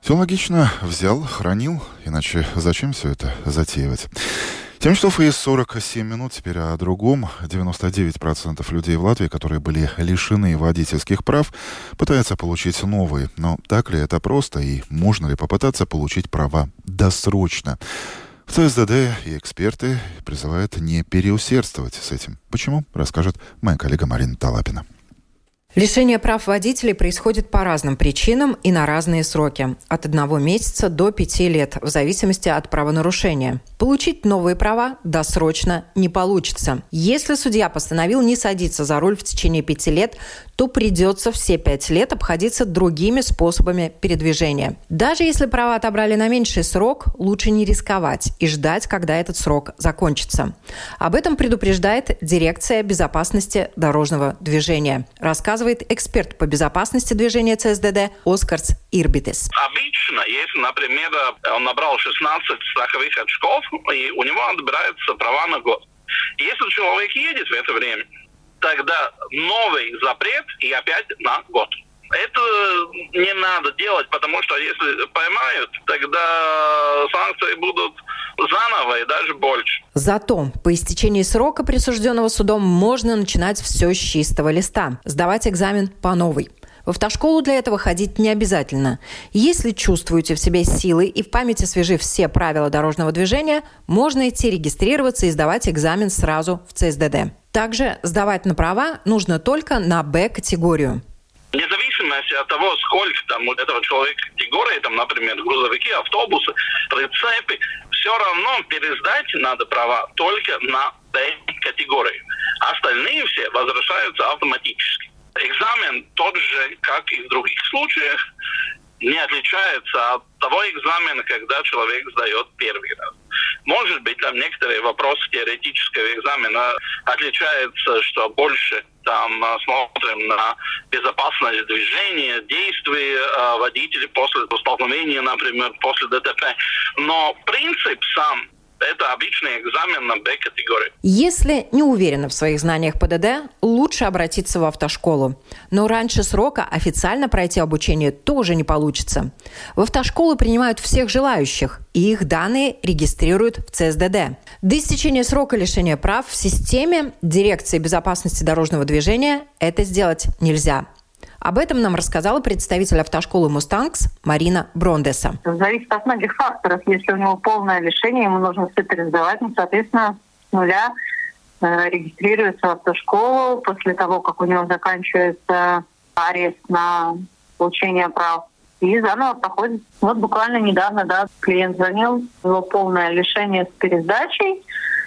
Все логично. Взял, хранил. Иначе зачем все это затеивать? 7 часов и 47 минут. Теперь о другом. 99% людей в Латвии, которые были лишены водительских прав, пытаются получить новые. Но так ли это просто? И можно ли попытаться получить права досрочно? В ЦСДД и эксперты призывают не переусердствовать с этим. Почему? Расскажет моя коллега Марина Талапина. Лишение прав водителей происходит по разным причинам и на разные сроки. От 1 месяца до 5 лет, в зависимости от правонарушения. Получить новые права досрочно не получится. Если судья постановил не садиться за руль в течение 5 лет, то придется все 5 лет обходиться другими способами передвижения. Даже если права отобрали на меньший срок, лучше не рисковать и ждать, когда этот срок закончится. Об этом предупреждает Дирекция безопасности дорожного движения. Рассказывает эксперт по безопасности движения ЦСДД Оскарс Ирбитис. Обычно, если, например, он набрал 16 страховых очков, и у него отбираются права на год. Если человек едет в это время, тогда новый запрет и опять на год. Это не надо делать, потому что если поймают, тогда санкции будут заново и даже больше. Зато по истечении срока, присужденного судом, можно начинать все с чистого листа, сдавать экзамен по новой. В автошколу для этого ходить не обязательно. Если чувствуете в себе силы и в памяти свежи все правила дорожного движения, можно идти регистрироваться и сдавать экзамен сразу в ЦСДД. Также сдавать на права нужно только на Б-категорию. Вне зависимости от того, сколько там у этого человека категории, там, например, грузовики, автобусы, прицепы, все равно пересдать надо права только на Б-категории. Остальные все возвращаются автоматически. Экзамен тот же, как и в других случаях, не отличается от того экзамена, когда человек сдает первый раз. Может быть, там некоторые вопросы теоретического экзамена отличаются, что больше там смотрим на безопасность движения, действий водителей после столкновения, например, после ДТП. Но принцип сам – это обычный экзамен на Б-категории. Если не уверены в своих знаниях ПДД, лучше обратиться в автошколу. Но раньше срока официально пройти обучение тоже не получится. В автошколу принимают всех желающих, и их данные регистрируют в ЦСДД. До истечения срока лишения прав в системе Дирекции безопасности дорожного движения это сделать нельзя. Об этом нам рассказала представитель автошколы «Мустангс» Марина Брондеса. Зависит от многих факторов. Если у него полное лишение, ему нужно все пересдавать, соответственно, с нуля регистрируется в автошколу. После того, как у него заканчивается арест на получение прав, и заново проходит. Вот буквально недавно, клиент звонил, его полное лишение с пересдачей.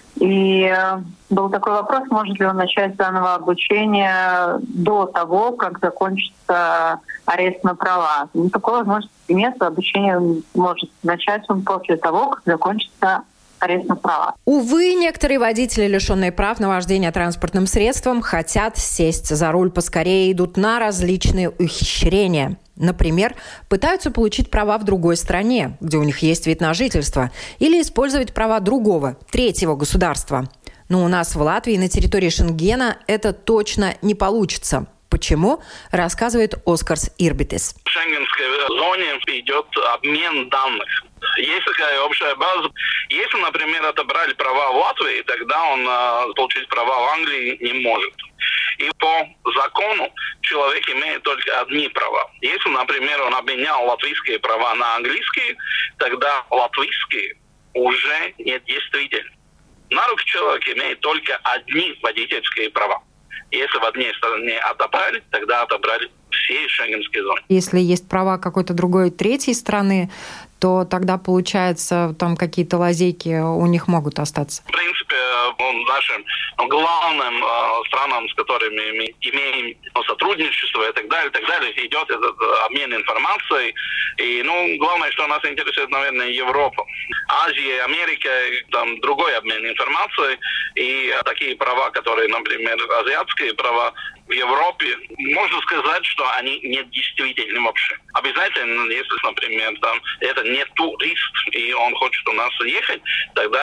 И был такой вопрос, может ли он начать заново обучение до того, как закончится арест на права. Такой возможности нет, обучение может начать он после того, как закончится арест на права. Увы, некоторые водители, лишенные прав на вождение транспортным средством, хотят сесть за руль поскорее и идут на различные ухищрения. Например, пытаются получить права в другой стране, где у них есть вид на жительство, или использовать права другого, третьего государства. Но у нас в Латвии на территории Шенгена это точно не получится. Почему? Рассказывает Оскарс Ирбитис. В шенгенской зоне идет обмен данных. Есть такая общая база. Если, например, отобрали права в Латвии, тогда он получить права в Англии не может. И по закону человек имеет только одни права. Если, например, он обменял латвийские права на английские, тогда латвийские уже не действительны. На руки человек имеет только одни водительские права. Если в одной стране отобрали, тогда отобрали все шенгенские зоны. Если есть права какой-то другой третьей страны, то тогда, получается, там какие-то лазейки у них могут остаться. В принципе, нашим главным странам, с которыми мы имеем сотрудничество и так далее, идет этот обмен информацией. И, главное, что нас интересует, наверное, Европа. Азия, Америка, там другой обмен информацией. И такие права, которые, например, азиатские права в Европе, можно сказать, что они не действительны вообще. Обязательно, если, например, там это не турист, и он хочет у нас ехать, тогда